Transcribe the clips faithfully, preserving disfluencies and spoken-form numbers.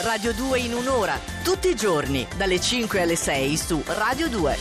Radio due in un'ora, tutti i giorni, dalle cinque alle sei su Radio due.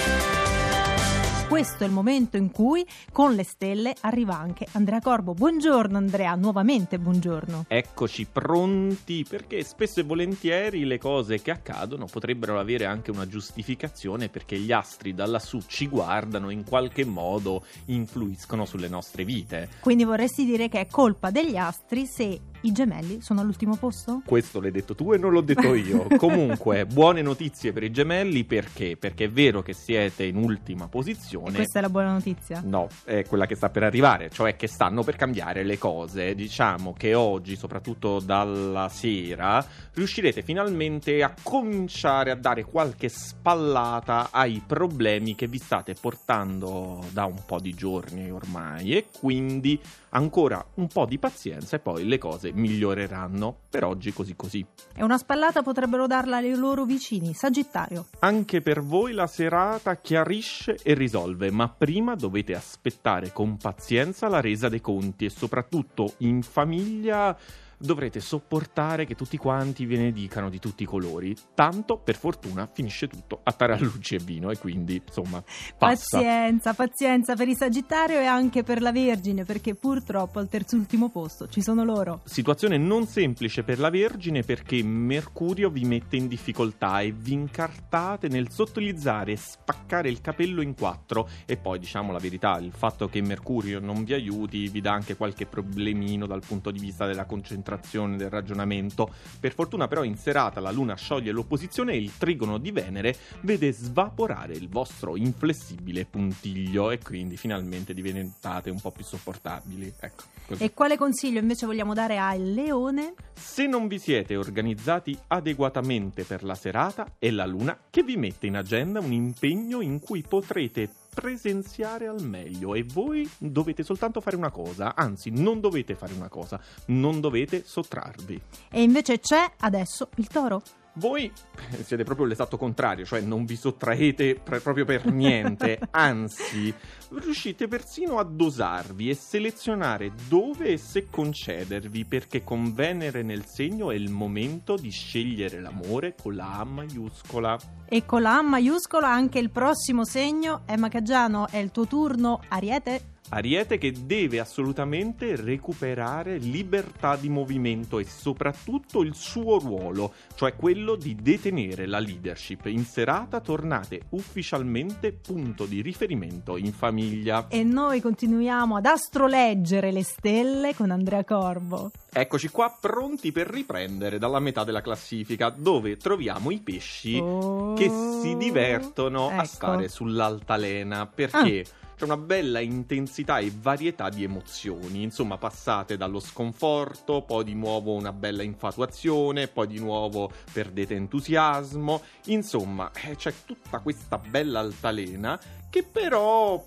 Questo è il momento in cui con le stelle arriva anche Andrea Corbo. Buongiorno Andrea, nuovamente buongiorno. Eccoci pronti, perché spesso e volentieri le cose che accadono potrebbero avere anche una giustificazione, perché gli astri da lassù ci guardano e in qualche modo influiscono sulle nostre vite. Quindi vorresti dire che è colpa degli astri se i gemelli sono all'ultimo posto? Questo l'hai detto tu e non l'ho detto io. Comunque, buone notizie per i gemelli, perché? Perché è vero che siete in ultima posizione. E questa è la buona notizia? No, è quella che sta per arrivare, cioè che stanno per cambiare le cose. Diciamo che oggi, soprattutto dalla sera, riuscirete finalmente a cominciare a dare qualche spallata ai problemi che vi state portando da un po' di giorni ormai, e quindi ancora un po' di pazienza e poi le cose miglioreranno. Per oggi così così. E una spallata potrebbero darla ai loro vicini, Sagittario. Anche per voi la serata chiarisce e risolve, ma prima dovete aspettare con pazienza la resa dei conti e soprattutto in famiglia dovrete sopportare che tutti quanti ve ne dicano di tutti i colori. Tanto, per fortuna, finisce tutto a tarallucci e vino e quindi, insomma, passa. Pazienza, pazienza per il Sagittario e anche per la Vergine, perché purtroppo al terzultimo posto ci sono loro. Situazione non semplice per la Vergine, perché Mercurio vi mette in difficoltà e vi incartate nel sottilizzare e spaccare il capello in quattro. E poi, diciamo la verità, il fatto che Mercurio non vi aiuti vi dà anche qualche problemino dal punto di vista della concentrazione, del ragionamento. Per fortuna però in serata la Luna scioglie l'opposizione e il trigono di Venere vede svaporare il vostro inflessibile puntiglio e quindi finalmente diventate un po' più sopportabili. Ecco, così. E quale consiglio invece vogliamo dare al Leone? Se non vi siete organizzati adeguatamente per la serata, è la Luna che vi mette in agenda un impegno in cui potrete presenziare al meglio e voi dovete soltanto fare una cosa, anzi non dovete fare una cosa, non dovete sottrarvi. E invece c'è adesso il Toro. Voi siete proprio l'esatto contrario, cioè non vi sottraete pre- proprio per niente, anzi riuscite persino a dosarvi e selezionare dove e se concedervi, perché con Venere nel segno è il momento di scegliere l'amore con la A maiuscola. E con la A maiuscola anche il prossimo segno. Emma Caggiano, è il tuo turno, Ariete. Ariete che deve assolutamente recuperare libertà di movimento e soprattutto il suo ruolo, cioè quello di detenere la leadership. In serata tornate ufficialmente punto di riferimento in famiglia. E noi continuiamo ad astroleggere le stelle con Andrea Corbo. Eccoci qua pronti per riprendere dalla metà della classifica, dove troviamo i pesci oh, che si divertono ecco. a stare sull'altalena, perché Ah. c'è una bella intensità e varietà di emozioni. Insomma, passate dallo sconforto, poi di nuovo una bella infatuazione, poi di nuovo perdete entusiasmo. Insomma, eh, c'è tutta questa bella altalena che però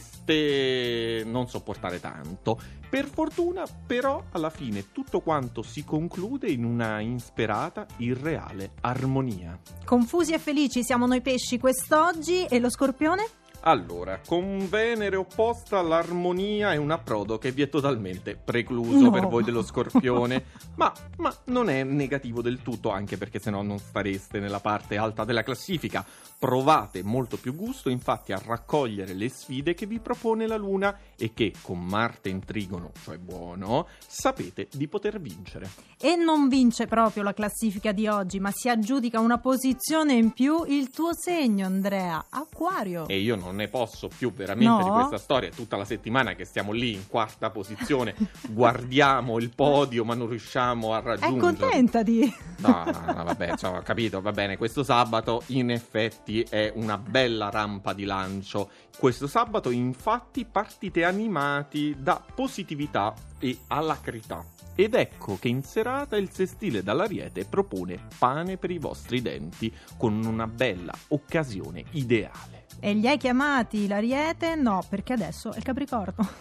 potreste non sopportare tanto. Per fortuna, però, alla fine tutto quanto si conclude in una insperata, irreale armonia. Confusi e felici siamo noi pesci quest'oggi. E lo Scorpione? Allora, con Venere opposta l'armonia è un approdo che vi è totalmente precluso no. per voi dello Scorpione, ma, ma non è negativo del tutto, anche perché sennò non stareste nella parte alta della classifica. Provate molto più gusto infatti a raccogliere le sfide che vi propone la Luna e che con Marte in trigono, cioè buono, sapete di poter vincere. E non vince proprio la classifica di oggi, ma si aggiudica una posizione in più il tuo segno, Andrea, Acquario. E io non ne posso più veramente no. di questa storia. È tutta la settimana che stiamo lì in quarta posizione, guardiamo il podio ma non riusciamo a raggiungere. È contenta di... No, no, no, vabbè, cioè, ho capito, va bene. Questo sabato in effetti è una bella rampa di lancio. Questo sabato infatti partite animati da positività e alacrità. Ed ecco che in serata il sestile dall'Ariete propone pane per i vostri denti con una bella occasione ideale. E li hai chiamati l'Ariete? No, perché adesso è il Capricorno.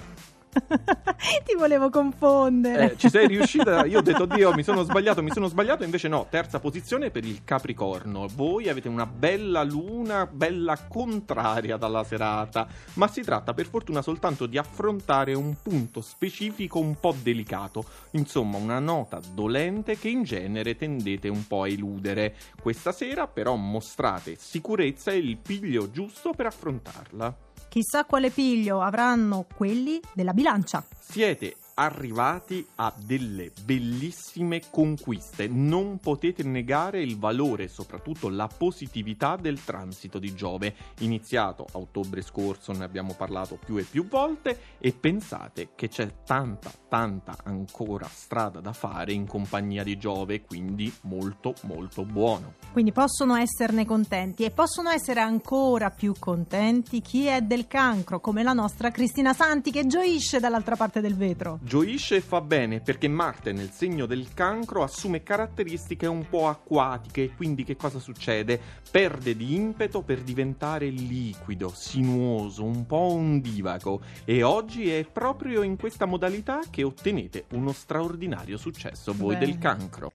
Ti volevo confondere. Eh, ci sei riuscita? Io ho detto, Dio, mi sono sbagliato, mi sono sbagliato. Invece no, terza posizione per il Capricorno. Voi avete una bella luna, bella contraria dalla serata, ma si tratta per fortuna soltanto di affrontare un punto specifico un po' delicato. Insomma, una nota dolente che in genere tendete un po' a eludere. Questa sera però mostrate sicurezza e il piglio giusto per affrontarla. Chissà quale piglio avranno quelli della bilancia. Siete arrivati a delle bellissime conquiste. Non potete negare il valore e soprattutto la positività del transito di Giove, iniziato a ottobre scorso, ne abbiamo parlato più e più volte, e pensate che c'è tanta, tanta ancora strada da fare in compagnia di Giove, quindi molto, molto buono. Quindi possono esserne contenti, e possono essere ancora più contenti chi è del Cancro, come la nostra Cristina Santi, che gioisce dall'altra parte del vetro. Gioisce e fa bene perché Marte nel segno del Cancro assume caratteristiche un po' acquatiche, quindi che cosa succede? Perde di impeto per diventare liquido, sinuoso, un po' ondivago, e oggi è proprio in questa modalità che ottenete uno straordinario successo voi Bene. del Cancro.